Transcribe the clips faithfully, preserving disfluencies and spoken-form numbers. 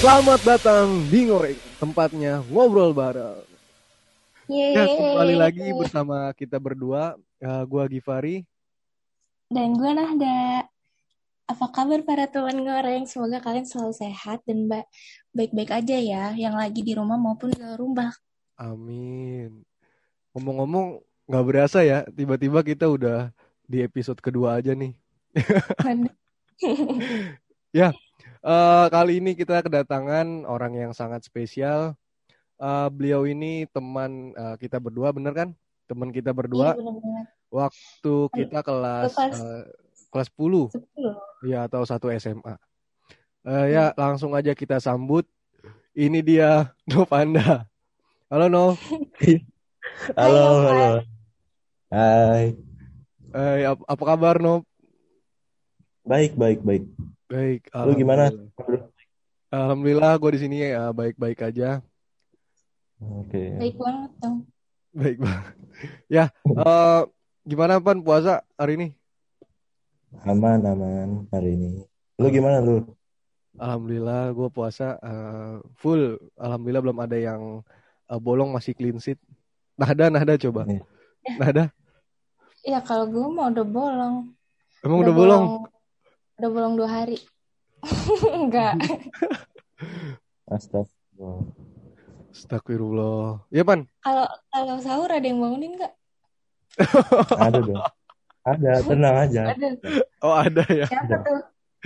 Selamat datang di Ngoreng, tempatnya ngobrol bareng. Ya, kembali Yeay. lagi bersama kita berdua. Uh, gua Givari. Dan gue Nahda. Apa kabar para teman goreng? Semoga kalian selalu sehat dan ba- baik-baik aja ya. Yang lagi di rumah maupun di luar rumah. Amin. Ngomong-ngomong, nggak berasa ya, tiba-tiba kita udah di episode kedua aja nih. Dan- Ya, uh, kali ini kita kedatangan orang yang sangat spesial. Uh, beliau ini teman uh, kita berdua, bener kan? Teman kita Iya berdua benar-benar. waktu Kan kita lu kelas kelas uh, kelas sepuluh, sepuluh. ya atau satu S M A. Uh, ya, Iya. langsung aja kita sambut. Ini dia Novanda. Halo Nov. Hai Halo, halo. Novan. Hai. Eh, apa, apa kabar Nov? Baik, baik, baik. Baik, Lu gimana? alhamdulillah. Alhamdulillah gue di sini ya baik-baik aja. Oke. Baik banget dong. Baik banget. Ya, eh, gimana Pan puasa hari ini? Aman, aman hari ini. Lu Alham- gimana lu? Alhamdulillah gue puasa eh, full. Alhamdulillah belum ada yang eh, bolong, masih clean sheet. Nahda, Nahda coba. Nih. Ya, Nahda, ya kalau gue mau udah bolong. emang Udah udah bolong? bolong. Udah bolong dua hari. Enggak. Astagfirullah. Astagfirullah. Ya Pan. Kalau kalau sahur ada yang bangunin nggak? Ada dong. Ada, tenang aja. Ada. Oh ada ya. Siapa Ada. tuh?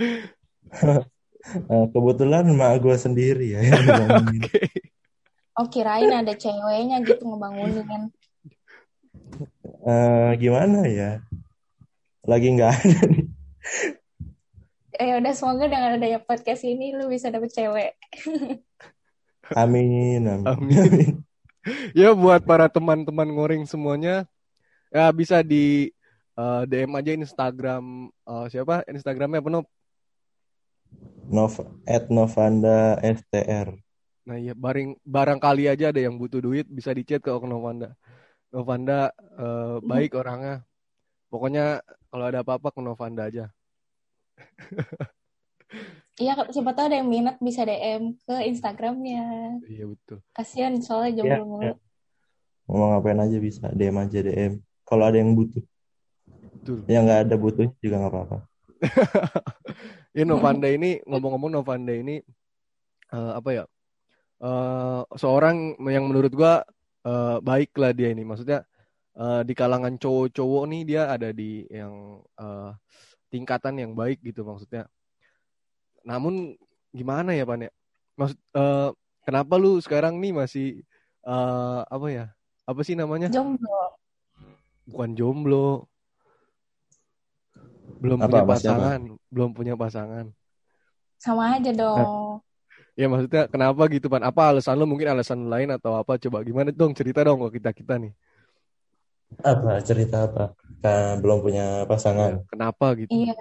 Eh, kebetulan mak gue sendiri ya yang bangunin. Oke. Oh kirain ada ceweknya gitu ngebangunin. Eh, gimana ya? Lagi nggak ada nih. Eh udah semoga dengan adanya podcast ini lu bisa dapet cewek. Amin, amin. Amin. Ya buat para teman-teman ngoring semuanya, ya bisa di eh, D M aja Instagram eh, siapa? Instagramnya apa Nov? Nov at Novanda S T R. Nah iya, bareng barangkali aja ada yang butuh duit bisa di-chat ke Novanda. Novanda eh, baik orangnya. Pokoknya kalau ada apa-apa ke Novanda aja. Iya siapa tahu ada yang minat bisa D M ke Instagramnya. Iya betul. Kasian soalnya Ya, jomblo mulu. ya. Mau ngapain aja bisa, D M aja D M. Kalau ada yang butuh. Betul. Yang nggak ada butuhnya juga nggak apa-apa. Ya Novanda ini ngomong-ngomong Novanda ini eh, apa ya? Eh, seorang yang menurut gua eh, baik lah dia ini. Maksudnya eh, di kalangan cowok-cowok nih dia ada di yang eh, tingkatan yang baik gitu maksudnya. Namun gimana ya Pan ya? Maksud eh, kenapa lu sekarang nih masih eh, apa ya? Apa sih namanya? Jomblo. Bukan jomblo, belum Apa, punya masih apa? pasangan, belum punya pasangan. Sama aja Nah, dong. Ya maksudnya kenapa gitu Pan? Apa alasan lu? Mungkin alasan lain atau apa? Coba gimana dong cerita dong ke kita-kita nih. apa cerita apa? Kan belum punya Iya, pasangan. kenapa gitu? Iya.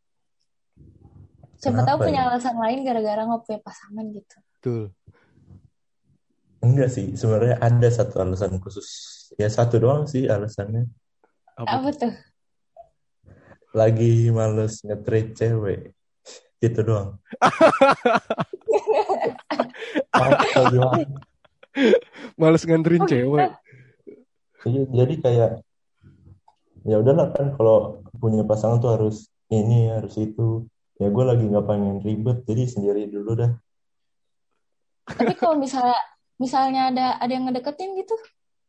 Siapa tahu Kenapa punya ya? alasan lain gara-gara nggak punya pasangan gitu. Betul. Enggak sih, sebenarnya ada satu alasan khusus. Ya satu doang sih alasannya. Apa Apa tuh? tuh? Lagi males nge-treat cewek. Gitu doang. Atau gimana? Males nganterin Oh gitu. cewek. Iya, jadi kayak ya udahlah kan kalau punya pasangan tuh harus ini harus itu. Ya gue lagi nggak pengen ribet, jadi sendiri dulu dah. Tapi kalau misalnya misalnya ada ada yang ngedeketin gitu,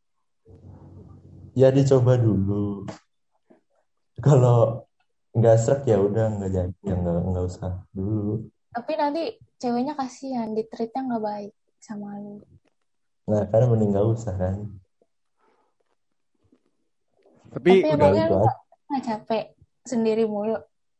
Ya dicoba dulu. Kalau nggak srek ya udah nggak jadi, ya nggak nggak usah dulu. tapi nanti ceweknya kasihan, di treatnya nggak baik sama lu. Nah, karena mending nggak usah kan. Tapi Tapi udah emangnya Itu lu aja. nggak nggak capek sendiri mulu?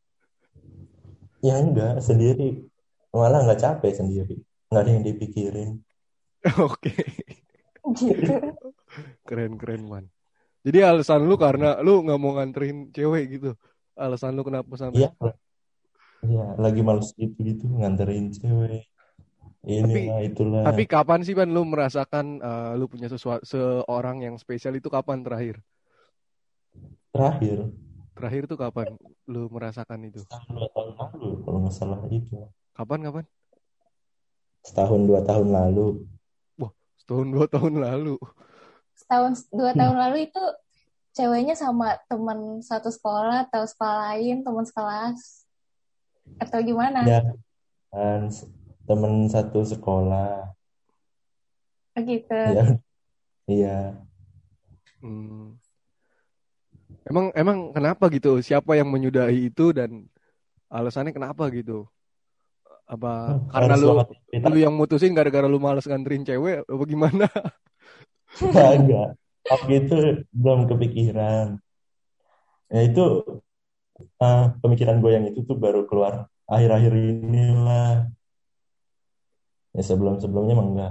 Ya enggak, sendiri. Malah nggak capek sendiri. Nggak ada yang dipikirin. oke. Gitu. Keren-keren man. Jadi alasan lu karena lu nggak mau nganterin cewek gitu. Alasan lu kenapa sampai Iya, iya, lagi males gitu-gitu nganterin cewek. tapi Inilah, itulah. tapi kapan sih Pan lu merasakan eh, lu punya sesuatu seorang yang spesial itu kapan terakhir? Terakhir, Terakhir tuh kapan lu merasakan itu? tahun dua tahun lalu kalau nggak salah itu. Kapan kapan? setahun dua tahun lalu. Wah, setahun dua tahun lalu. Setahun dua tahun lalu itu ceweknya sama teman satu sekolah atau sekolah lain, teman sekelas atau gimana? Ya kan temen satu sekolah. Begitu. Ya, iya. Hmm. Emang emang kenapa gitu? Siapa yang menyudahi itu dan alasannya kenapa gitu? Apa Hmm, karena harus lu banget cerita. lu yang mutusin gara-gara lu males nganterin cewek apa gimana? Enggak. Waktu itu belum kepikiran. Ya itu ah, pemikiran gue yang itu tuh baru keluar akhir-akhir inilah. Ya sebelum-sebelumnya emang enggak.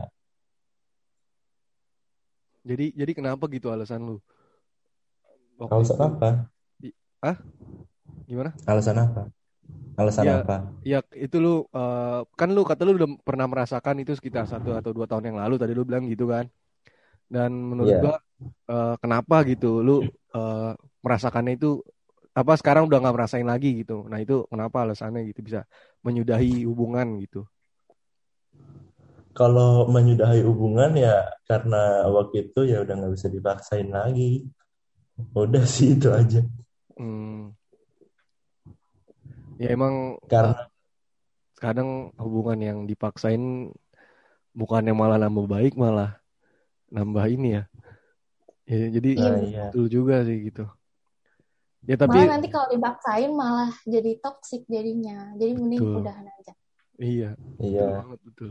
Jadi jadi kenapa gitu alasan lu waktu Alasan itu? apa? I- Ah, gimana? Alasan apa? Alasan Ya, apa? ya itu lu eh, kan lu kata lu udah pernah merasakan itu sekitar satu atau dua tahun yang lalu tadi lu bilang gitu kan. Dan menurut gua Iya. eh, kenapa gitu lu eh, merasakannya itu apa sekarang udah nggak merasain lagi gitu. Nah itu kenapa alasannya gitu bisa menyudahi hubungan gitu. Kalau menyudahi hubungan ya karena waktu itu ya udah nggak bisa dipaksain lagi. Udah sih itu aja. Hmm, ya emang eh, Karena kadang hubungan yang dipaksain bukannya malah nambah baik malah nambah ini ya. Ya, jadi Iya, nah betul. iya. betul juga sih gitu. Ya Malah tapi nanti kalau dipaksain malah jadi toksik jadinya. Jadi mending betul. udahan aja. Iya, Iya. betul banget betul.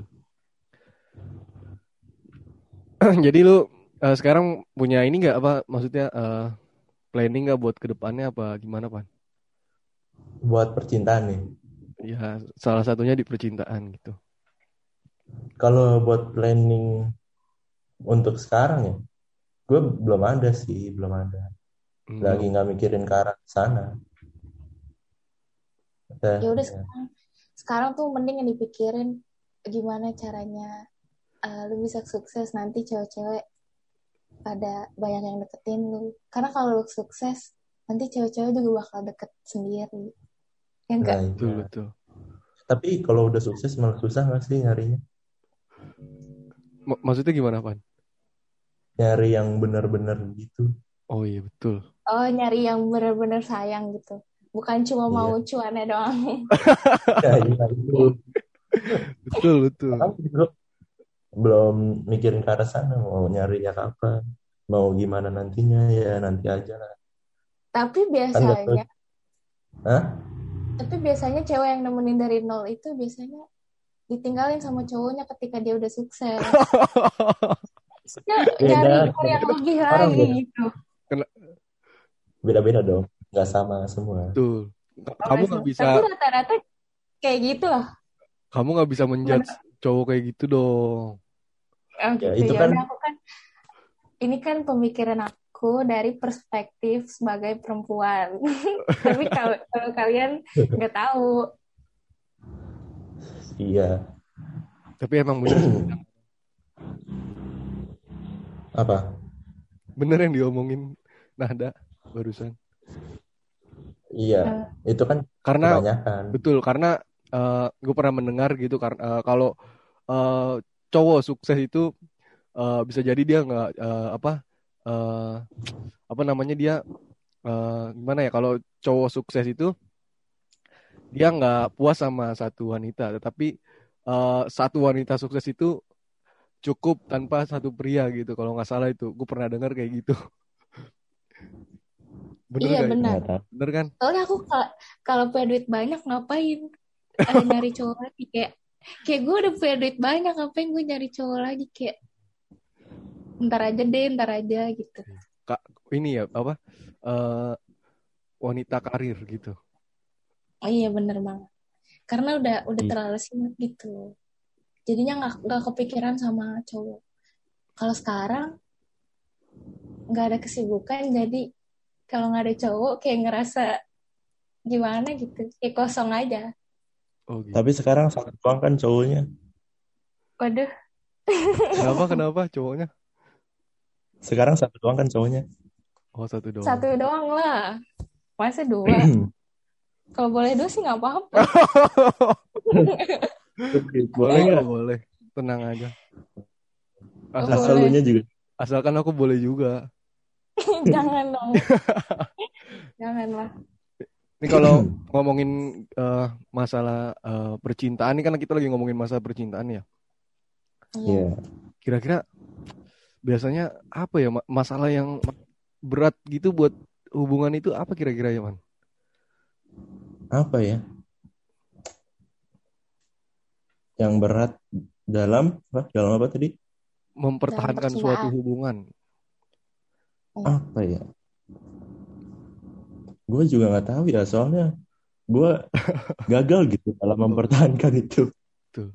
Jadi lu eh, sekarang punya ini nggak apa maksudnya eh, planning nggak buat kedepannya apa gimana Pan? Buat percintaan nih. Ya salah satunya di percintaan gitu. Kalau buat planning untuk sekarang ya, gue belum ada sih, belum ada. Hmm, Lagi belum. nggak mikirin ke arah sana. Eh, Ya udah ya. sekarang, sekarang tuh mending yang dipikirin gimana caranya eh, lu bisa sukses nanti cewek-cewek pada banyak yang deketin lu. Karena kalau lu sukses, nanti cewek-cewek juga bakal deket sendiri. Ya Nah, enggak? Betul iya. betul. Tapi kalau udah sukses malah susah nggak sih nyarinya? M- maksudnya gimana Pan? Nyari yang benar-benar gitu. Oh iya betul. Oh, nyari yang bener-bener sayang gitu. Bukan cuma mau Iya. cuannya doang. Ya, iya itu. Betul betul. Orang gue belum mikirin ke arah sana, mau nyarinya kapan, mau gimana nantinya ya nanti aja lah. Tapi Kan nggak tahu. biasanya, Hah? tapi biasanya cewek yang nemenin dari nol itu biasanya ditinggalin sama cowoknya ketika dia udah sukses. Dia Beda. nyari nyari yang lebih Orang lagi beda. gitu. Kena- Beda-beda dong, nggak sama semua. Betul. Oh, Kamu nggak nggak sih? bisa Tapi rata-rata kayak gitu loh. kamu nggak bisa menjudge cowok kayak gitu dong. Oh, Ya gitu. itu Ya kan udah aku kan ini kan pemikiran aku dari perspektif sebagai perempuan. Tapi kalau kalau kalian nggak tahu, iya. Tapi emang bener sih. Apa? Bener yang diomongin Nada barusan. Iya, itu kan Karena kebanyakan. betul karena gue pernah mendengar gitu karena kalau eh, cowok sukses itu eh, bisa jadi dia nggak eh, apa eh, apa namanya dia eh, gimana ya kalau cowok sukses itu dia nggak puas sama satu wanita tetapi eh, satu wanita sukses itu cukup tanpa satu pria gitu kalau nggak salah itu gue pernah dengar kayak gitu. Bener iya gak itu? benar. Nggak tahu. Bener kan? Soalnya aku ka- kalau punya duit banyak ngapain eh, nyari cowok lagi kayak kayak gue udah punya duit banyak ngapain gue nyari cowok lagi kayak ntar aja deh ntar aja gitu. Kak ini ya apa eh, wanita karir gitu. Oh iya bener banget. Karena udah udah Iya. terlalu sibuk gitu. Jadinya nggak nggak kepikiran sama cowok. Kalau sekarang nggak ada kesibukan jadi kalau nggak ada cowok kayak ngerasa gimana gitu kayak kosong aja. Oh gitu. Tapi sekarang satu doang kan cowoknya. Waduh. Kenapa kenapa cowoknya? Sekarang satu doang kan cowoknya. Oh satu doang. Satu doang lah. Masa dua? Kalau boleh dua sih nggak apa-apa. Boleh nggak boleh? tenang aja. Oh, Asal, Asal lu boleh. nya juga. asalkan aku boleh juga. Jangan dong. Jangan lah. Ini kalau ngomongin eh, masalah eh, percintaan, ini kan kita lagi ngomongin masalah percintaan ya. Iya. Iya. Kira-kira biasanya apa ya ma- masalah yang berat gitu buat hubungan itu apa kira-kira ya, Man? Apa ya? Yang berat dalam apa? Dalam apa tadi? Mempertahankan Dalam suatu percintaan. hubungan. Apa ya? Gue juga nggak tahu ya, soalnya gue gagal gitu dalam mempertahankan itu. Tuh.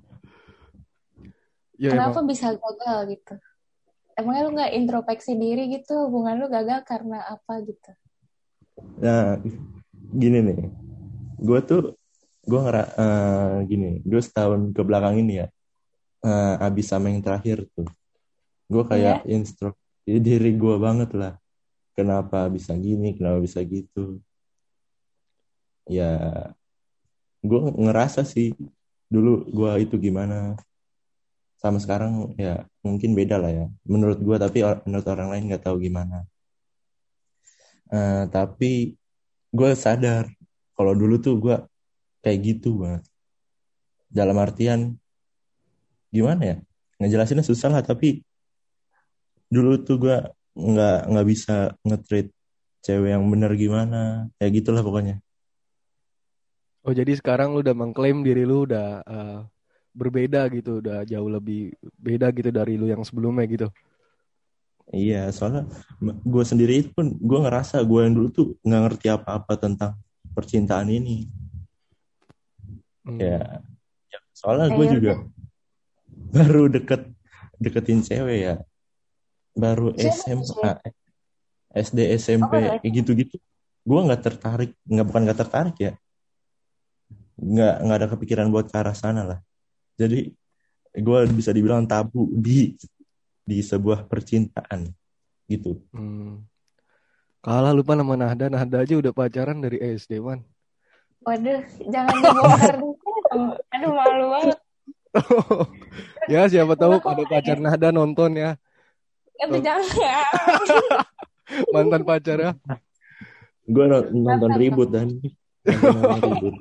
Ya Kenapa emang bisa gagal gitu? Emangnya lu nggak introspeksi diri gitu? Hubungan lu gagal karena apa gitu? Nah, gini nih, gue tuh gue ngera eh, gini, gue setahun ke belakang ini ya, eh, abis sama yang terakhir tuh, gue kayak introspeksi diri gue banget lah. Kenapa bisa gini? Kenapa bisa gitu? Ya, gue ngerasa sih dulu gue itu gimana, sama sekarang ya mungkin beda lah ya menurut gue, tapi or- menurut orang lain nggak tahu gimana. Eh, tapi gue sadar kalau dulu tuh gue kayak gitu banget, dalam artian gimana ya, ngejelasinnya susah lah, tapi dulu tuh gue nggak nggak bisa nge-treat cewek yang bener gimana, kayak gitulah pokoknya. oh jadi sekarang lu udah mengklaim diri lu udah eh, berbeda gitu, udah jauh lebih beda gitu dari lu yang sebelumnya gitu. Iya, soalnya gue sendiri pun gue ngerasa gue yang dulu tuh nggak ngerti apa-apa tentang percintaan ini. Hmm. Ya, ya, soalnya gue Eh, juga baru deket deketin cewek ya, baru Siapa tuh S M A, cewek? S D, S M P, Oh, baru kayak gitu-gitu. Gue nggak tertarik, nggak bukan nggak tertarik ya, nggak nggak ada kepikiran buat ke arah sana lah. Jadi gue bisa dibilang tabu di di sebuah percintaan gitu. Hmm. Kalah lupa nama Nahda. Nahda aja udah pacaran dari S D, Man. Waduh, jangan dibongkar dulu dong. Aduh, malu banget. Ya siapa tahu Enggak kok. ada pacar Nahda nonton ya. Itu Tuh, jangan. mantan pacar ya. Gue nonton Mantap. ribut dan nonton ribut.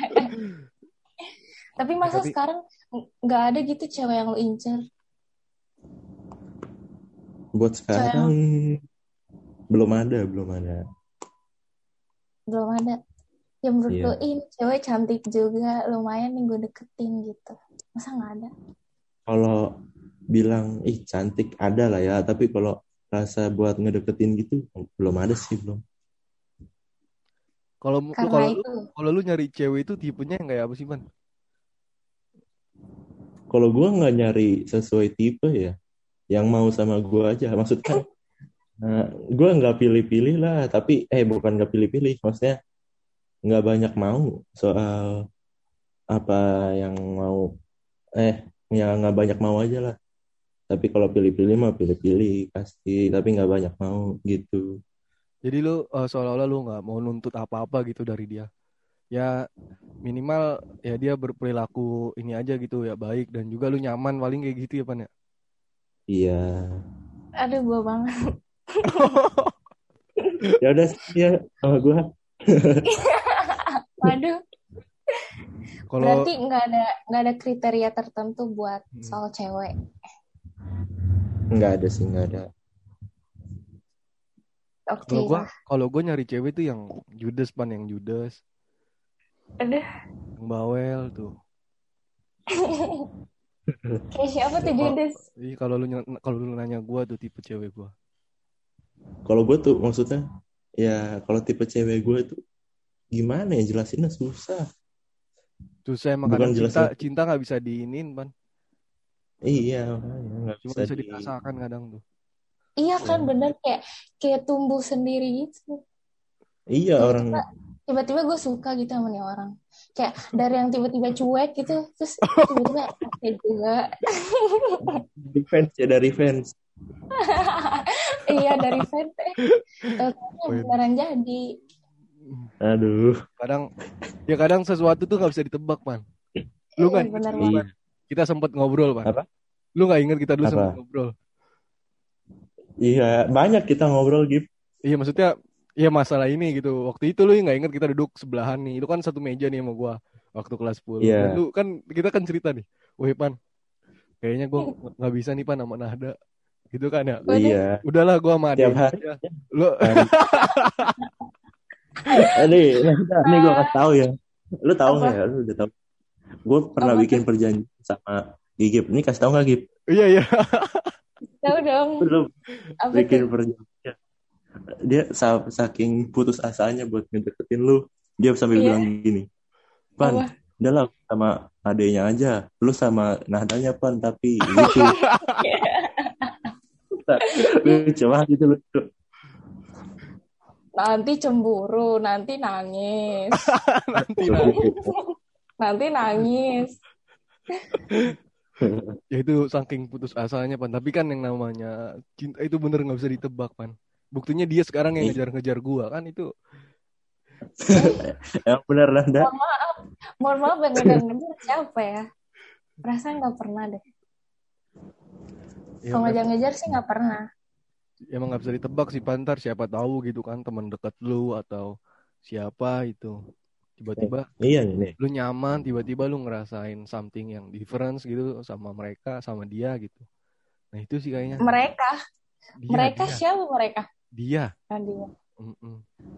Tapi masa Tapi sekarang nggak ada gitu cewek yang lu incer? Buat Cewek yang sekarang belum ada, belum ada. belum ada. Ya menurut Iya. lu, ini cewek cantik juga, lumayan nih gue deketin gitu. Masa nggak ada? Kalau bilang ih cantik ada lah ya, tapi kalau rasa buat ngedeketin gitu belum ada sih, belum. kalau lu Karena kalau lu itu. kalau lu nyari cewek itu tipenya yang kayak apa sih, Man? Kalau gue nggak nyari sesuai tipe ya, yang mau sama gue aja. Maksudnya uh, gue nggak pilih-pilih lah, tapi eh bukan nggak pilih-pilih, maksudnya nggak banyak mau soal apa yang mau, eh ya nggak banyak mau aja lah. Tapi kalau pilih-pilih mah pilih-pilih pasti, tapi nggak banyak mau gitu. Jadi lu eh, seolah-olah lu nggak mau nuntut apa-apa gitu dari dia. Ya minimal ya dia berperilaku ini aja gitu ya baik dan juga lu nyaman paling kayak gitu ya, Pan ya. Iya. Aduh, gue banget. Ya udah sih ya sama gue. Waduh. Kalau Berarti nggak ada nggak ada kriteria tertentu buat Hmm. soal cewek. Nggak ada sih, nggak ada. Oke kalau gua lah. kalau gua nyari cewek tuh yang judes, Pan, yang judes, Aduh, yang bawel tuh. kayak siapa tuh Kalau Judes? Ih, kalau lu ny- kalau lu nanya gua tuh tipe cewek gua. Kalau gue tuh maksudnya ya kalau tipe cewek gue tuh gimana ya, jelasinnya susah. Susah emang Bukan kadang cinta jelasin. cinta nggak bisa diinin, Pan. Iya, makanya nggak Cuma bisa bisa di. dirasakan kadang tuh. Iya kan, Ya. bener, kayak kayak tumbuh sendiri gitu. Iya orang. Tiba-tiba tiba-tiba gue suka gitu sama nih orang. Kayak dari yang tiba-tiba cuek gitu, terus tiba-tiba oke juga. Dari fans ya, dari fans. Iya, dari fans eh. Ternyata Fans. beneran jadi. Aduh. Kadang ya kadang sesuatu tuh nggak bisa ditebak, Man. Lu Iya, nggak bener gitu, banget. Iya. Man. kita sempat ngobrol, Pan. Apa? Lu nggak ingat kita dulu Apa? sempat ngobrol? Iya, banyak kita ngobrol gitu. Iya, maksudnya iya masalah ini gitu. Waktu itu lu nggak ingat kita duduk sebelahan nih. Itu kan satu meja nih sama gua waktu kelas sepuluh. Dan Iya. lu kan kita kan cerita nih. Woi, Pan, kayaknya gua nggak bisa nih, Pan, sama Nahda. Gitu kan ya? Udah. Iya. Udahlah gua sama Tiap adeknya hari. aja. Lu Ini, ini gue kasih tahu ya. Lu tahu Apa? nggak ya? Lu udah tahu. Gue pernah Apa bikin tuh? perjanjian sama Gigip. Ini kasih tahu nggak Gip? iya iya. Tahu dong. Lu Apa bikin tuh? perjanjian. Dia sa- saking putus asanya buat ngedeketin lu, dia sampai Iya. bilang gini, Pan, Apa? udah lah sama adenya aja, lu sama Nahdanya Pan, tapi gitu. Lucu banget itu lucu. Nanti cemburu, nanti nangis. Nanti nangis. Nanti nangis. Ya itu saking putus asanya, Pan. Tapi kan yang namanya cinta itu bener nggak bisa ditebak, Pan. Buktinya dia sekarang yang ngejar-ngejar gua kan itu. Yang benar Nahda. Mohon maaf, mohon maaf yang ngejar-ngejar siapa ya? Perasaan nggak pernah deh. Ya, Kalau ngejar-ngejar sih nggak pernah. emang nggak bisa ditebak sih, Pantar. Siapa tahu gitu kan teman dekat lu atau siapa itu. Tiba-tiba Iya nih. lu nyaman, tiba-tiba lu ngerasain something yang difference gitu sama mereka, sama dia gitu. Nah itu sih kayaknya. Mereka, Dia, mereka dia. siapa mereka? Dia. Kan dia. Mm-mm.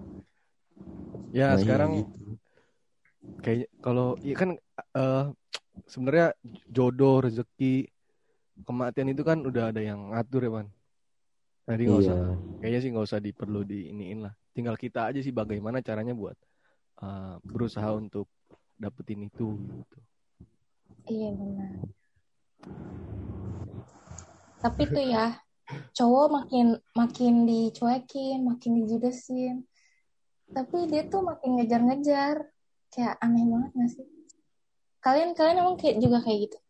Ya Nah, sekarang iya gitu. kayak kalau ya kan uh, sebenarnya jodoh, rezeki, kematian itu kan udah ada yang ngatur ya, Pan. Jadi nggak Iya. usah, kayaknya sih nggak usah diperlu diiniin lah. Tinggal kita aja sih bagaimana caranya buat uh, berusaha untuk dapetin itu. Gitu. Iya benar. Tapi tuh ya, cowok makin makin dicuekin, makin dijudesin. Tapi dia tuh makin ngejar-ngejar. Kayak aneh banget gak sih? Kalian kalian emang kayak juga kayak gitu?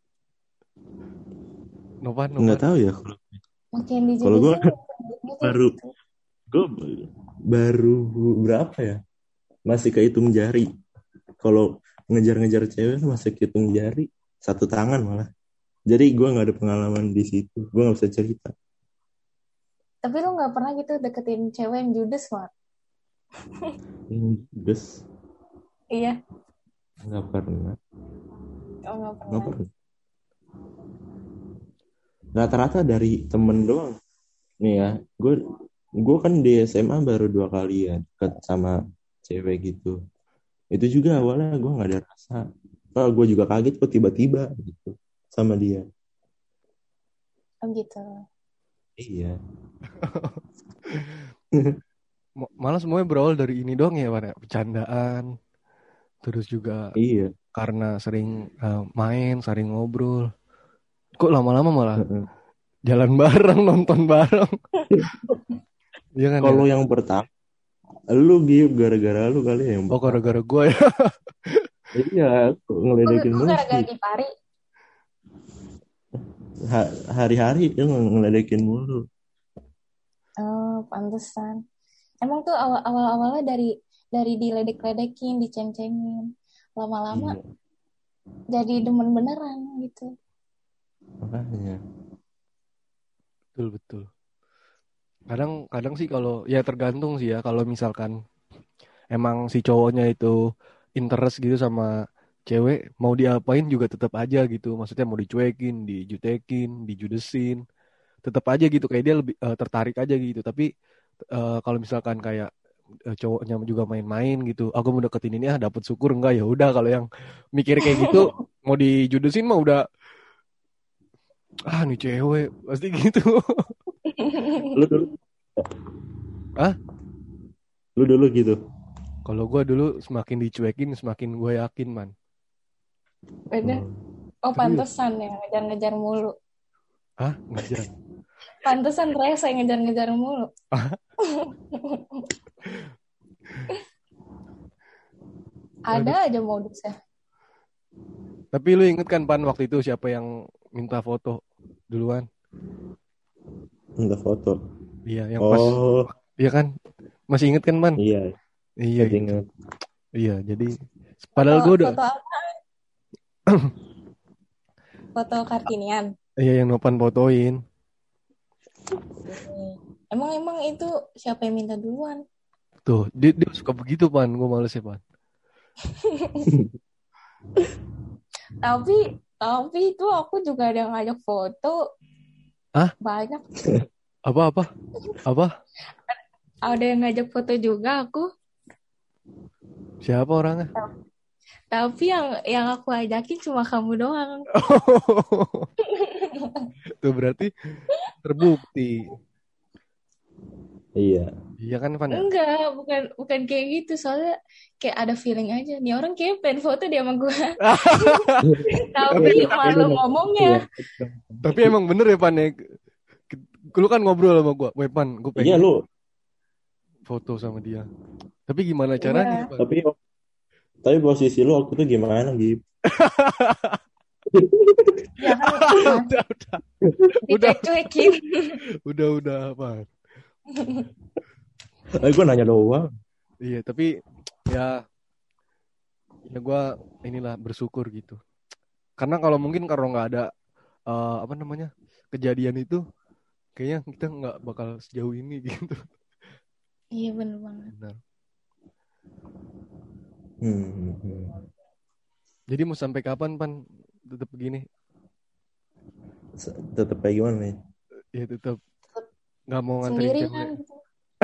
Novan, Novan. Nggak tahu ya. Makin Kalau gue dijudesin. baru, gue baru berapa ya? Masih kehitung jari. Kalau ngejar-ngejar cewek masih kehitung jari, satu tangan malah. Jadi gue nggak ada pengalaman di situ. Gue nggak bisa cerita. Tapi lu nggak pernah gitu deketin cewek yang judes banget? Judes? Iya. Nggak pernah. Oh nggak pernah. Nggak pernah. Rata-rata dari temen doang. Nih ya, gue gue kan di S M A baru dua kali ya deket sama cewek gitu. Itu juga awalnya gue nggak ada rasa. Oh, gue juga kaget kok tiba-tiba gitu sama dia. Oh gitu. Iya. Malah semuanya berawal dari ini dong ya, Pan. Bercandaan. Terus juga Iya. karena sering uh, main, sering ngobrol. Kok lama-lama malah jalan bareng, nonton bareng. Iya kan? Kalau ya? yang pertama, lu Gip, gara-gara lu kali ya yang Oh, gara-gara gue ya. Iya, ngeledekin mulu. Gara-gara Gipari. Ha- hari-hari dia ngeledekin mulu. Oh, pantesan. Emang tuh awal-awalnya dari dari diledek-ledekin, diceng-cengin. Lama-lama Iya. jadi demen beneran gitu. Makanya. Betul, betul. Kadang kadang sih kalau ya tergantung sih ya, kalau misalkan emang si cowoknya itu interest gitu sama cewek, mau diapain juga tetap aja gitu. Maksudnya mau dicuekin, dijutekin, dijudesin, tetap aja gitu, kayak dia lebih uh, tertarik aja gitu. Tapi uh, kalau misalkan kayak uh, cowoknya juga main-main gitu, aku mau deketin ini ah dapat syukur enggak, ya udah. Kalau yang mikir kayak gitu mau dijudesin mah udah ah nih cewek pasti gitu. Lu dulu? Hah? Lu dulu gitu? Kalau gue dulu semakin dicuekin semakin gue yakin, man. Beda. Oh, pantesan ya ngejar-ngejar mulu. Hah? Ngejar? Pantesan rese ngejar-ngejar mulu. Ada aja modusnya. Tapi lu inget kan, Pan, waktu itu siapa yang minta foto duluan? Minta foto? Iya, yang oh. pas. Iya kan? Masih inget kan, Man? Iya. Iya, inget. Iya, jadi padahal foto, gue udah foto apa? Foto Kartinian. Iya, yang Nopan fotoin. Emang emang itu siapa yang minta duluan? Tuh, dia, dia suka begitu, Pan. Gue males ya, Pan. Tapi tapi itu aku juga ada yang ngajak foto. Hah? Banyak. Apa, apa? Apa? Ada yang ngajak foto juga aku. Siapa orangnya? Tapi yang yang aku ajakin cuma kamu doang. Tuh berarti terbukti. Iya. Iya kan, Pan ya? Enggak, bukan bukan kayak gitu. Soalnya kayak ada feeling aja. Nih orang kayak pengen foto dia sama gue. Tapi malu ngomongnya. Tapi emang bener ya, Pan ya? Lu kan ngobrol sama gue. Weh, Pan, gue pengen Iya lu. foto sama dia. Tapi gimana caranya, Iya. Pan? Tapi tapi posisi lu waktu itu gimana, Gib? Ya kan, udah, udah. Udah, dicuekin. udah, udah, Pan. Eh, gue nanya doang. Iya, tapi ya, ya gue inilah bersyukur gitu. Karena kalau mungkin kalau nggak ada uh, apa namanya kejadian itu, kayaknya kita nggak bakal sejauh ini gitu. Iya bener banget. Benar. Hmm, hmm. Jadi mau sampai kapan, Pan? Tetap begini? Tetap kayak gimana nih? Ya tetap nggak mau nganterin Sendirian cewek. gitu.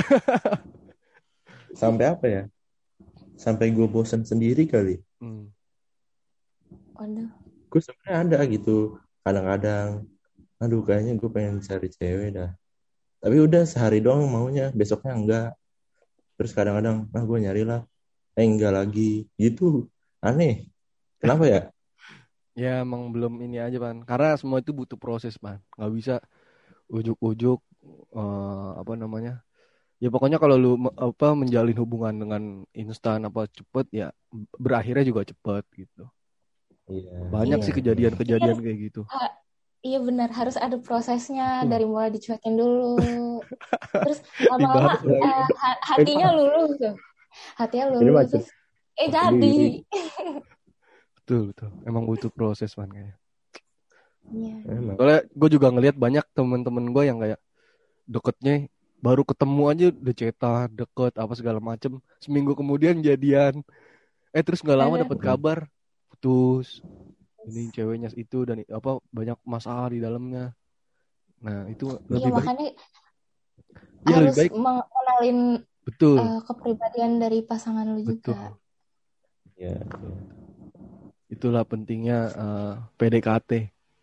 Sampai apa ya? Sampai gue bosan sendiri kali. Hmm. Waduh. Gue sebenarnya ada gitu. Kadang-kadang, aduh kayaknya gue pengen cari cewek dah. Tapi udah sehari doang maunya, besoknya enggak. Terus kadang-kadang, ah gue nyari lah. Eh enggak lagi. Gitu. Aneh. Kenapa ya? Ya emang belum ini aja, Pan. Karena semua itu butuh proses, Pan. Nggak bisa ujuk-ujuk uh, apa namanya? Ya pokoknya kalau lu apa menjalin hubungan dengan instan apa cepet ya berakhirnya juga cepet gitu. Iya. Banyak Iya. sih kejadian-kejadian kayak gitu. Ha, iya benar, harus ada prosesnya dari mulai dicuekin dulu. Terus lama-lama uh, hatinya luluh tuh. Hatinya luluh terus eh jadi. Betul, betul. Emang butuh proses, man, kayaknya. Iya. Soalnya gue juga ngelihat banyak temen-temen gue yang kayak deketnya baru ketemu aja udah cetan, deket apa segala macem. Seminggu kemudian jadian. Eh terus nggak lama dapat kabar putus. Ini ceweknya itu dan apa banyak masalah di dalamnya. Nah itu lebih iya, baik. Makanya Ya, harus lebih baik. mengenalin betul. Uh, kepribadian dari pasangan lu betul. juga. Iya. Itulah pentingnya uh, P D K T.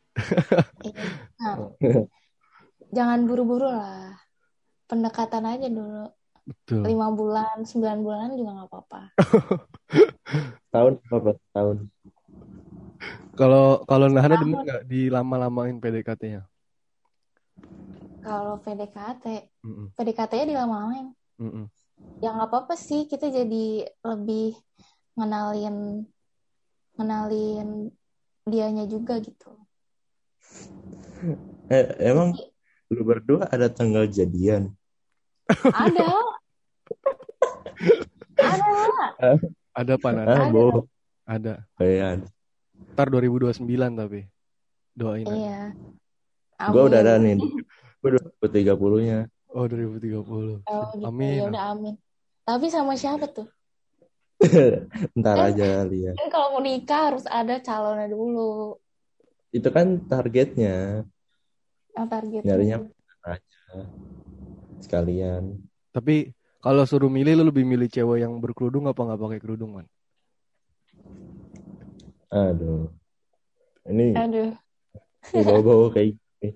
Nah, jangan buru-buru lah. Pendekatan aja dulu. Betul. Lima bulan, sembilan bulan juga nggak apa-apa. Tahun berapa tahun? Kalau kalau Nahana demen nggak dilama-lamain P D K T-nya? Kalau P D K T, Mm-mm. P D K T-nya dilama-lamain. Mm-mm. Ya nggak apa-apa sih, kita jadi lebih ngenalin ngenalin dianya juga gitu. Eh, emang lu berdua ada tanggal jadian? Ada. Ada. Ada pan ada. Ah, boh. Ada. Kayak ada. Ntar dua ribu dua puluh sembilan tapi doain. Iya. Gue udah ada nih. Gue dua ribu tiga puluh-nya. Oh dua ribu tiga puluh. Oh, gitu. Amin. Ya udah amin. Tapi sama siapa tuh? Ntar kan, aja lihat. Kan kalau mau nikah harus ada calonnya dulu. Itu kan targetnya. Oh, targetnya. Nyarinya aja. Sekalian. Tapi kalau suruh milih lu lebih milih cewek yang berkerudung apa nggak pakai kerudung, man? Aduh. Ini. Aduh. Ini bawa-bawa kayak gini.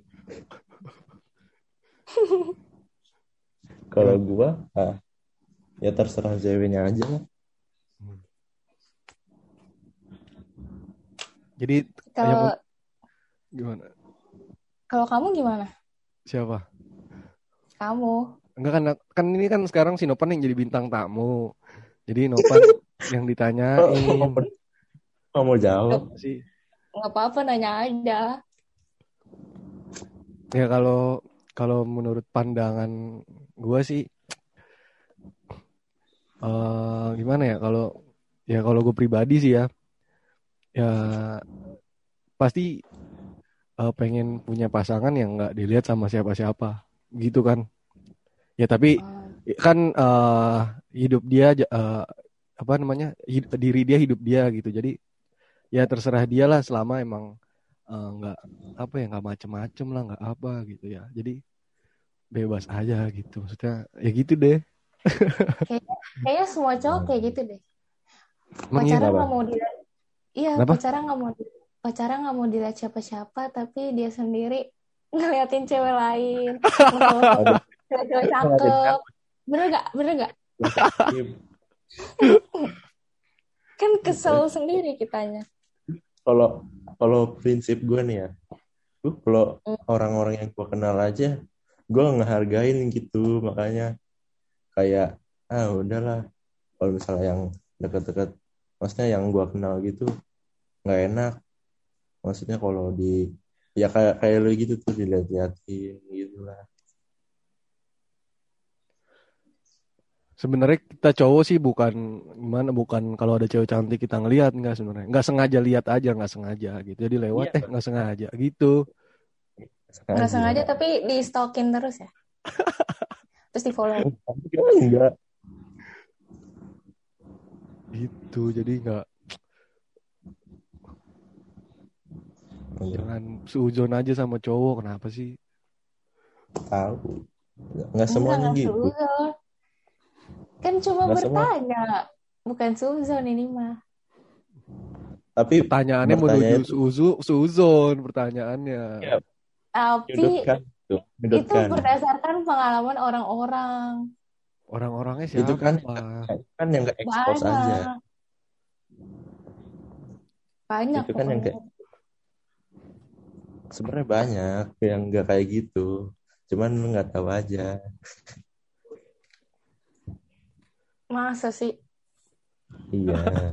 Kalau gua, ah, ya terserah ceweknya aja lah. Hmm. Jadi kalau gimana? Kalau kamu gimana? Siapa? Kamu. Enggak kan kan ini kan sekarang si Nopan yang jadi bintang tamu. Jadi Nopan yang ditanyain. Nggak mau jawab sih. Nggak apa-apa, nanya aja. Ya kalau kalau menurut pandangan gue sih uh, gimana ya kalau ya kalau gue pribadi sih ya ya pasti uh, pengen punya pasangan yang nggak dilihat sama siapa-siapa gitu kan. Ya tapi Oh, kan uh, hidup dia uh, apa namanya hid- diri dia hidup dia gitu. Jadi ya terserah dia lah selama emang uh, nggak apa ya nggak macem-macem lah nggak apa gitu ya. Jadi bebas aja gitu maksudnya ya gitu deh. kayaknya kayaknya semua cowok kayak gitu deh. Emang iya? Pacaran Kenapa? nggak mau dilihat, iya Kenapa? pacaran nggak mau di- pacaran nggak mau dilihat siapa-siapa, tapi dia sendiri ngeliatin cewek lain, ngefollow Ada cewek-cewek ngeliatin kan? cakep. Bener gak? Bener gak? Kan kesel sendiri kitanya. Kalau kalau prinsip gue nih ya, gue kalau Hmm. orang-orang yang gue kenal aja, gue ngehargain gitu, makanya kayak ah udahlah, kalau misalnya yang deket-deket, maksudnya yang gue kenal gitu nggak enak, maksudnya kalau di ya kayak kayak lu gitu tuh dilihat-liatin gitu lah. Sebenarnya kita cowok sih bukan gimana bukan kalau ada cewek cantik kita ngelihat nggak sebenarnya nggak sengaja lihat aja nggak sengaja gitu jadi lewat Iya, eh nggak sengaja gitu Nggak sengaja sengaja. tapi di stalkin terus ya. Terus di follow. Tapi kan enggak. gitu jadi nggak jangan suzon aja sama cowok kenapa sih Tahu. Nggak Enggak, semuanya nggak gitu. suzon. Kan cuma Nggak semua. bertanya. Bukan suzon ini mah. Tapi pertanyaannya bertanya menuju itu suzu suzon pertanyaannya ya Tapi menyudutkan tuh, itu menyudutkan. berdasarkan pengalaman orang-orang. orang-orangnya Itu siapa kan kan yang nggak expose aja. Banyak. Banyak Itu kan yang kayak pokoknya. sebenarnya banyak yang nggak kayak gitu. Cuman lu nggak tahu aja. Masa sih? Iya.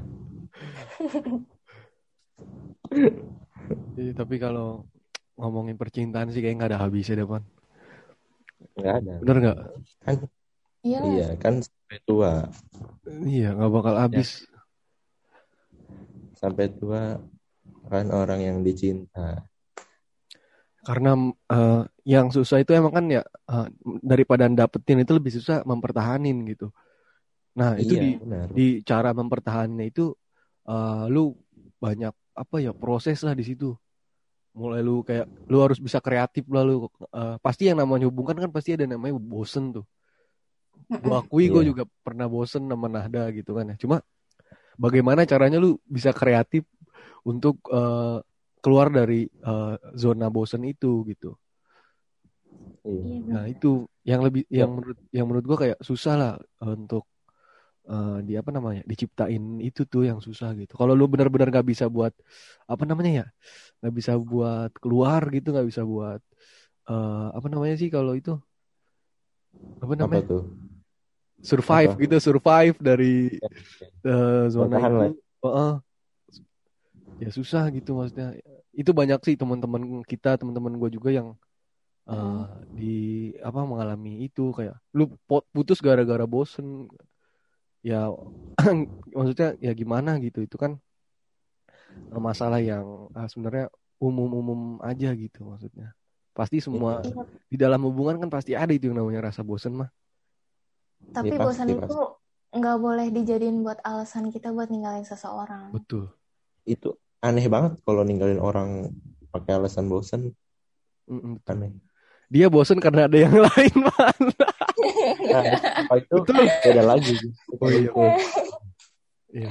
Iya, tapi kalau ngomongin percintaan sih kayak nggak ada habisnya depan Nggak ada. bener nggak Kan Iya. iya kan sampai tua. iya nggak bakal habis Sampai tua kan orang yang dicinta. karena eh, yang susah itu emang kan ya eh, daripada dapetin itu lebih susah mempertahanin gitu. Nah itu Iya, di benar. di cara mempertahannya itu eh, lu banyak apa ya proses lah di situ. Mulai lu kayak lu harus bisa kreatif lah lu. Eh, pasti yang namanya hubungan kan pasti ada namanya bosen tuh. Gue akui gue Iya. juga pernah bosen sama Nahda gitu kan ya. Cuma bagaimana caranya lu bisa kreatif untuk eh, keluar dari eh, zona bosen itu gitu. Iya. Iya, Nah bener. itu yang lebih Ya, yang menurut yang menurut gua kayak susah lah eh, untuk eh, di apa namanya diciptain itu tuh yang susah gitu. Kalau lu benar-benar nggak bisa buat apa namanya ya nggak bisa buat keluar gitu nggak bisa buat eh, apa namanya sih kalau itu apa apa namanya tuh? survive Apa? gitu survive dari Ya, eh, zona bertahan itu. lah. Heeh, ya susah gitu maksudnya. Itu banyak sih teman-teman kita teman-teman gue juga yang eh, Mm. di apa mengalami itu kayak lu pot- putus gara-gara bosen ya maksudnya ya gimana gitu itu kan eh, masalah yang ah, sebenarnya umum-umum aja gitu maksudnya pasti semua Iya. Iya. di dalam hubungan kan pasti ada itu yang namanya rasa bosen mah Tapi Iya, bosan pasti itu pasti. nggak boleh dijadiin buat alasan kita buat ninggalin seseorang. betul. Itu aneh banget kalau ninggalin orang pakai alasan bosan. Mm-mm, betul. Aneh. Dia bosen karena ada yang lain man. Nah, apa itu Betul. beda lagi. Oh iya Itu. iya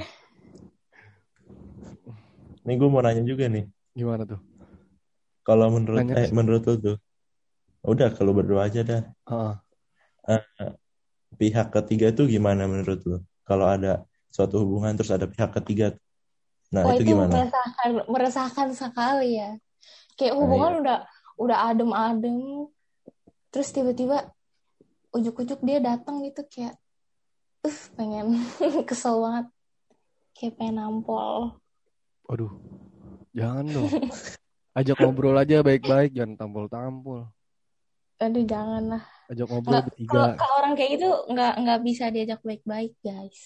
Nih gue mau nanya juga nih. gimana tuh Kalau menurut nanya eh menurut lu tuh, udah kalau berdua aja dah. Heeh. Eh, pihak ketiga tuh gimana menurut lu? Kalau ada suatu hubungan terus ada pihak ketiga, nah Wah, itu itu gimana? meresahkan, meresahkan sekali ya. Kayak Nah, hubungan iya. udah udah adem-adem, terus tiba-tiba ujuk-ujuk dia datang gitu kayak, uh, pengen kesel banget, kayak pengen nampol. Waduh jangan dong ajak ngobrol aja baik-baik jangan tampol-tampol Aduh, jangan lah. ajak ngobrol Nggak, bertiga kalau kalau orang kayak gitu nggak nggak bisa diajak baik-baik, guys.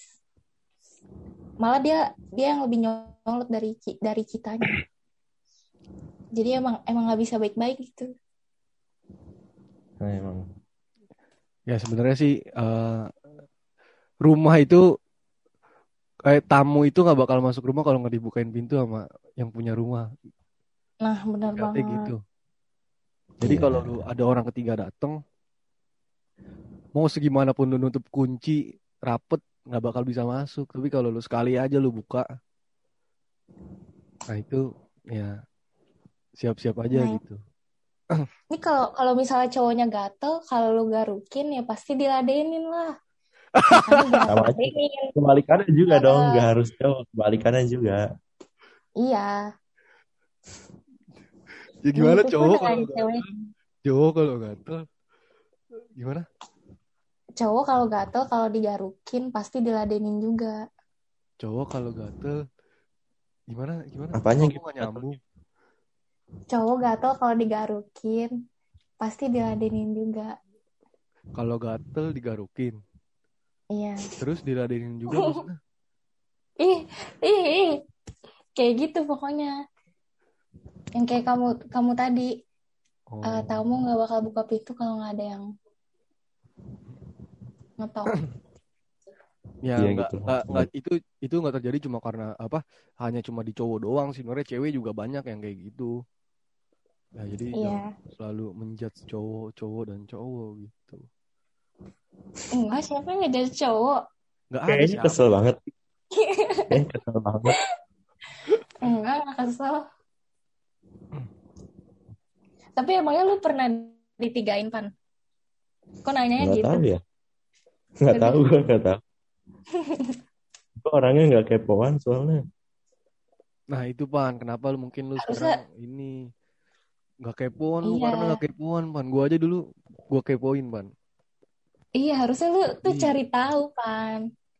Malah dia dia yang lebih nyolot dari ki- dari kitanya. Jadi emang emang nggak bisa baik-baik gitu. Nah, emang. Ya sebenarnya sih uh, rumah itu kayak tamu itu nggak bakal masuk rumah kalau nggak dibukain pintu sama yang punya rumah. Nah, benar Ibaratnya banget. gitu. Jadi Iya. kalau lu ada orang ketiga datang, mau segimana pun lu nutup kunci rapet nggak bakal bisa masuk. Tapi kalau lu sekali aja lu buka, nah itu ya siap-siap aja Nah, gitu. ini kalau kalau misalnya cowoknya gatel, kalau lu garukin ya pasti diladenin lah. Makanya jangan Sama aja. diladenin. Kebalikannya juga dong, Eh, nggak harus cowok. Kebalikannya juga. iya, Ya gimana begitupun cowok dengan kalau cewek. gatel? Cowok kalau gatel gimana? Cowok kalau gatel, kalau digarukin pasti diladenin juga. Cowok kalau gatel gimana? Gimana? Apanya Kok aku gitu? nggak nyambung? Cowok gatel kalau digarukin pasti diladenin juga. Kalau gatel digarukin, Iya. terus diladenin juga maksudnya? Ih, ih, ih. Kayak gitu pokoknya. Yang kayak kamu kamu tadi, Oh. eh, tamu nggak bakal buka pintu kalau nggak ada yang ngetok. Ya Iya nggak gitu. nggak nggak itu itu nggak terjadi cuma karena apa? Hanya cuma di cowok doang sih. Sebenarnya cewek juga banyak yang kayak gitu. Ya jadi Iya. jangan selalu menjudge cowok cowok dan cowok gitu. Enggak, siapa yang ngejudge cowok? Nggak ada Kayaknya siapa. kesel banget. Kayaknya kesel banget. Enggak, nggak kesel. Tapi emangnya lu pernah ditigain, Pan? Kok nanyanya Nggak gitu? tahu ya. Nggak Udah. tahu gue nggak tahu. Gue orangnya nggak kepoan soalnya. Nah itu Pan, kenapa lu mungkin lu Harusnya, sekarang ini nggak kepoan lu karena iya. nggak kepoan Pan. Gua aja dulu gua kepoin Pan. Iya, harusnya lu tuh Iya. cari tahu, Pan.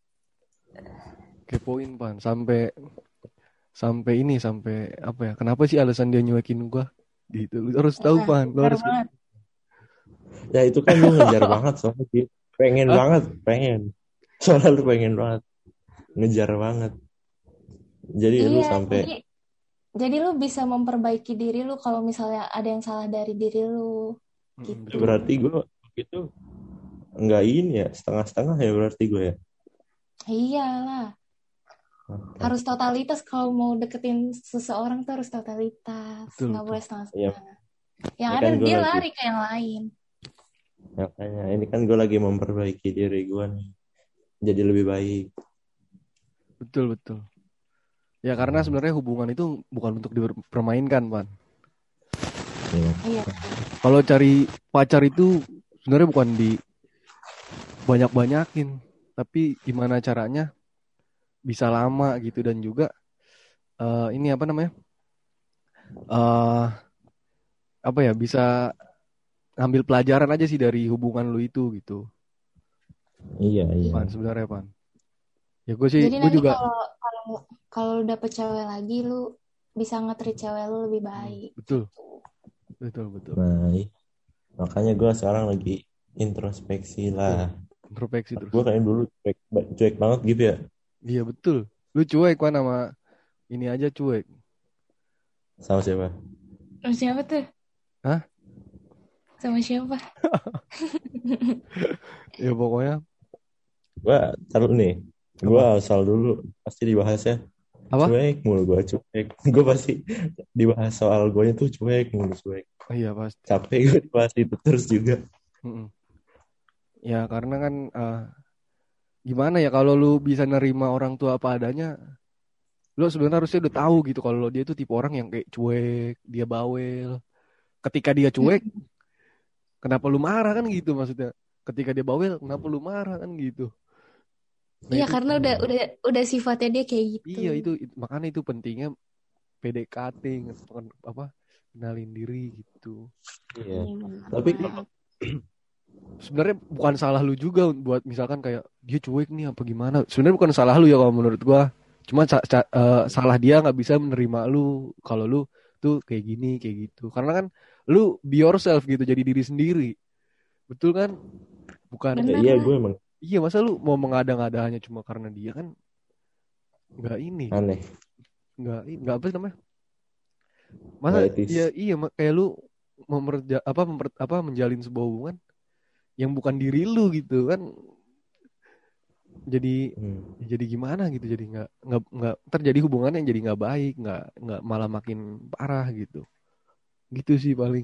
Kepoin Pan sampai sampai ini sampai apa ya? Kenapa sih alasan dia nyuekin gua? Gitu. Lu harus tahu Nah, Pan, lu benar harus banget. Ya itu kan lu ngejar banget soalnya Ki. Pengen Hah? banget, pengen. Soalnya lu pengen banget. Ngejar banget. Jadi lu Iya, sampai jadi jadi lu bisa memperbaiki diri lu kalau misalnya ada yang salah dari diri lu. Mm, Gitu. betul. berarti gue itu nggak ini ya, setengah-setengah ya berarti gue ya. Iyalah. Harus totalitas kalau mau deketin seseorang tuh harus totalitas. Betul, Nggak betul. boleh setengah-setengah. Iya. Yang Ini ada kan gue dia lagi, lari ke yang lain. makanya ini kan gue lagi memperbaiki diri gue nih. Jadi lebih baik. Betul, betul. Ya karena sebenarnya hubungan itu bukan untuk dipermainkan, Pan. Iya. Iya. Kalau cari pacar itu sebenarnya bukan di banyak-banyakin, tapi gimana caranya bisa lama gitu dan juga uh, ini apa namanya? Uh, apa ya bisa ngambil pelajaran aja sih dari hubungan lu itu gitu. Iya, iya. Pan sebenarnya Pan. Ya gue sih, Jadi gue nanti juga. kalau kalau kalau lu dapet cewek lagi, lu bisa nge-treat cewek lu lebih baik. Hmm, betul, betul, betul. Nah, iya. Makanya gue sekarang lagi introspeksi lah. Introspeksi terus. Gue kayak dulu cuek, cuek banget gitu ya. Iya betul. Lu cuek Pan sama ini aja cuek. Sama siapa? Sama siapa tuh? Hah? Sama siapa? Ya pokoknya. Gue taruh nih. Gue asal dulu pasti dibahasnya. Apa? Cuek mulu gue cuek. Gue pasti dibahas soal gue itu cuek mulu cuek. Oh, iya pasti. Capek gue dibahas itu terus juga. Mm-mm. Ya karena kan uh, gimana ya kalau lu bisa nerima orang tua apa adanya, lu sebenarnya harusnya udah tahu gitu kalau dia itu tipe orang yang kayak cuek, dia bawel. Ketika dia cuek, kenapa lu marah kan gitu maksudnya? Ketika dia bawel, kenapa lu marah kan gitu? Nah, Iya itu, karena udah udah udah sifatnya dia kayak gitu. Iya itu, itu makanya itu pentingnya P D K T apa kenalin diri gitu. Iya. Iya, Tapi sebenarnya bukan salah lu juga buat misalkan kayak dia cuek nih apa gimana. Sebenarnya bukan salah lu ya kalau menurut gua. Cuma ca- ca- uh, salah dia nggak bisa menerima lu kalau lu tuh kayak gini kayak gitu. Karena kan lu be yourself gitu jadi diri sendiri. Betul kan? Bukan. Benar. iya gue emang Iya masa lu mau mengada-ngada hanya cuma karena dia kan nggak ini. aneh. Nggak nggak apa sih namanya? Masa Gak etis. ya iya ma- kayak lu memperja apa memper, apa menjalin sebuah hubungan yang bukan diri lu gitu kan. Jadi Hmm. jadi gimana gitu, jadi nggak nggak nggak terjadi hubungan yang jadi nggak baik, nggak nggak malah makin parah gitu. Gitu sih paling.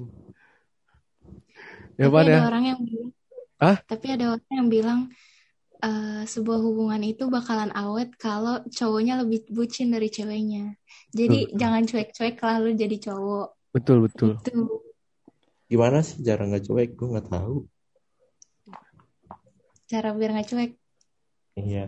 Ya Tapi Pan ada ya. orang yang bilang, Ah, tapi ada orang yang bilang eh, sebuah hubungan itu bakalan awet kalau cowoknya lebih bucin dari ceweknya. betul Jadi betul jangan cuek-cuek kalau lu jadi cowok. betul betul. Gitu. Gimana sih cara nggak cuek? Gue nggak tahu. Cara biar nggak cuek. Iya.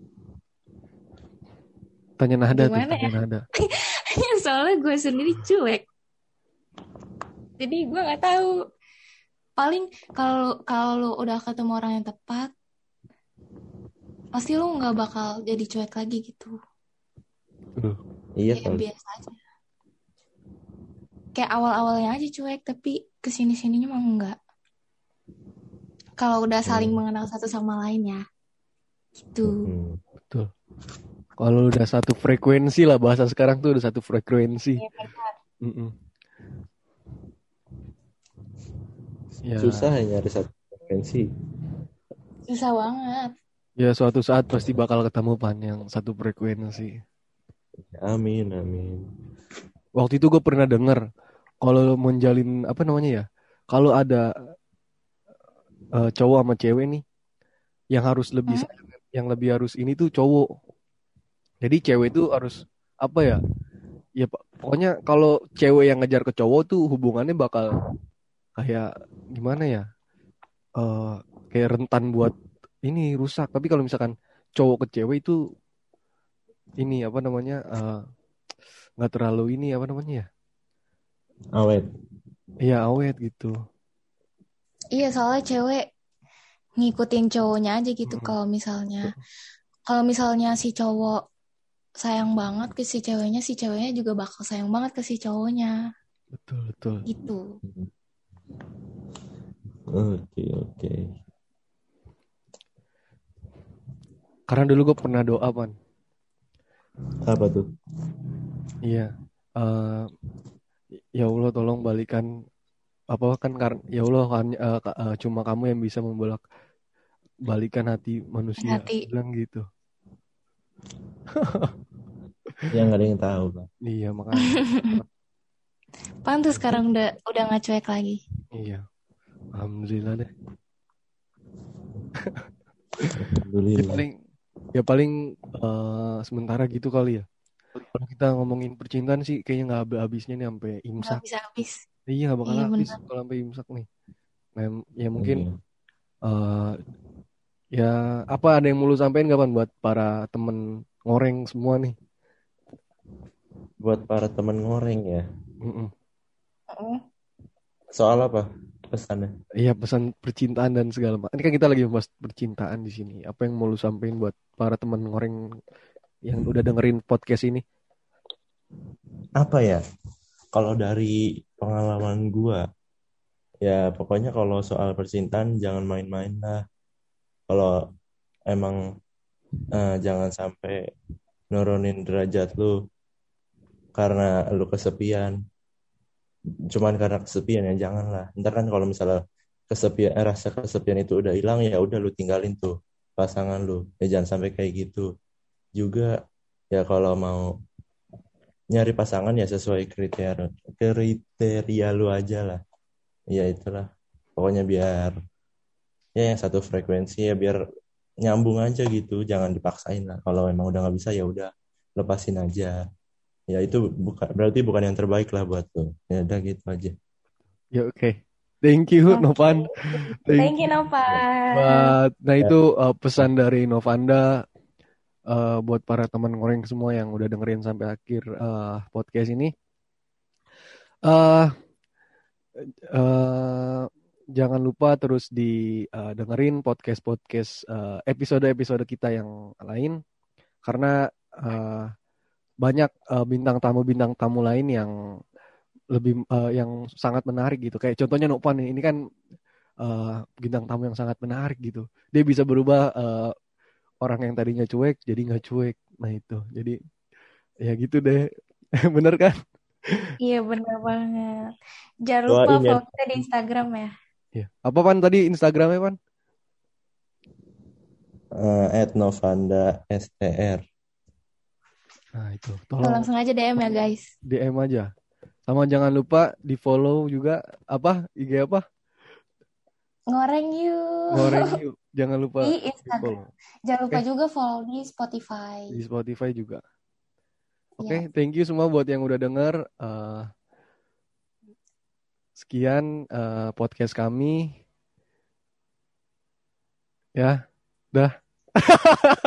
Tanya Nada tuh, Gimana tanya ya? Nada. Soalnya gue sendiri cuek. Jadi gue nggak tahu. Paling kalau kalau lu udah ketemu orang yang tepat, pasti lu nggak bakal jadi cuek lagi gitu. Tuh. Iya Kayak kali. biasa aja. Kayak awal-awalnya aja cuek, tapi kesini-sininya mah enggak. Kalau udah saling Hmm. mengenal satu sama lain ya. Gitu. Hmm. Betul. Kalau udah satu frekuensi lah, bahasa sekarang tuh udah satu frekuensi. Iya, benar. Mm-mm. Ya, Susah ya nyari satu frekuensi. Susah banget. ya suatu saat pasti bakal ketemu Pan yang satu frekuensi. Amin, amin. Waktu itu gue pernah denger kalau menjalin apa namanya ya, kalau ada uh, cowok sama cewek nih, yang harus lebih Hmm? sayang, yang lebih harus ini tuh cowok. Jadi cewek itu harus apa ya? Ya Pak, pokoknya kalau cewek yang ngejar ke cowok tuh hubungannya bakal kayak gimana ya? Eh kayak rentan buat ini rusak. Tapi kalau misalkan cowok ke cewek itu ini apa namanya? eh, nggak terlalu ini apa namanya ya? Awet. Iya awet gitu. Iya, soalnya cewek ngikutin cowoknya aja gitu. Mm, Kalau misalnya, kalau misalnya si cowok sayang banget ke si ceweknya, si ceweknya juga bakal sayang banget ke si cowoknya. betul betul. Gitu. Oke, oke. Karena dulu gue pernah doa Pan. Apa tuh? Iya. Eh, ya Allah tolong balikan apa kan karena ya Allah kan eh, ka- eh, cuma kamu yang bisa membolak balikan hati manusia. Hati. Bilang gitu. Ya nggak ada yang tahu, Pak. Iya makanya. Pantes sekarang udah udah nggak cuek lagi. Iya. Alhamdulillah deh. Ya Alhamdulillah. paling ya paling eh, sementara gitu kali ya. Kalau kita ngomongin percintaan sih kayaknya nggak habis-habisnya nih sampai Nggak imsak. bisa habis. Iya nggak bakal Iya habis benar. kalau sampai imsak nih. Nah, ya mungkin Iya. eh, ya apa ada yang mau lu sampein kapan buat para temen ngoreng semua nih? Buat para teman ngoreng ya. Mm-mm. Soal apa pesannya? Iya pesan percintaan dan segala macam. Ini kan kita lagi membahas percintaan di sini. Apa yang mau lu sampein buat para temen ngoreng yang udah dengerin podcast ini? Apa ya? Kalau dari pengalaman gua, ya pokoknya kalau soal percintaan jangan main-main lah. Kalau emang eh, jangan sampai nurunin derajat lu karena lu kesepian. Cuman karena kesepian ya janganlah. Ntar kan kalau misalnya kesepian, eh, rasa kesepian itu udah hilang ya udah lu tinggalin tuh pasangan lu. Ya jangan sampai kayak gitu. Juga ya kalau mau nyari pasangan ya sesuai kriteria kriteria lu aja lah. Ya itulah. Pokoknya biar ya yang satu frekuensi ya biar nyambung aja gitu. Jangan dipaksain lah. Kalau emang udah nggak bisa ya udah lepasin aja. Ya itu bukan berarti bukan yang terbaik lah buat lu. Ya udah gitu aja. Ya oke. Thank you Oke. Novan. Thank you Ya. Novan. Buat- nah Ya. itu uh, pesan dari Novanda uh, buat para teman ngoreng semua yang udah dengerin sampai akhir uh, podcast ini. Uh, uh, jangan lupa terus di uh, dengerin podcast-podcast uh, episode-episode kita yang lain karena uh, banyak uh, bintang tamu bintang tamu lain yang lebih uh, yang sangat menarik gitu. Kayak contohnya Novan ini kan uh, bintang tamu yang sangat menarik gitu. Dia bisa berubah uh, orang yang tadinya cuek jadi nggak cuek. Nah itu. Jadi ya gitu deh. Bener kan? Iya bener banget. Jangan lupa Doain ya. follow kita di Instagram ya. Iya. Apa Pan tadi Instagramnya Pan? Eh, at Novanda str. Nah itu, Atau tolong langsung aja D M ya guys. D M aja. Sama jangan lupa di follow juga apa I G apa? Ngoreng yuk. Goreng yuk. Jangan lupa Di di Instagram. follow. Jangan lupa Oke, juga follow di Spotify. di Spotify juga. Oke, Ya. thank you semua buat yang udah denger. Eh, sekian eh, podcast kami. Ya, dah.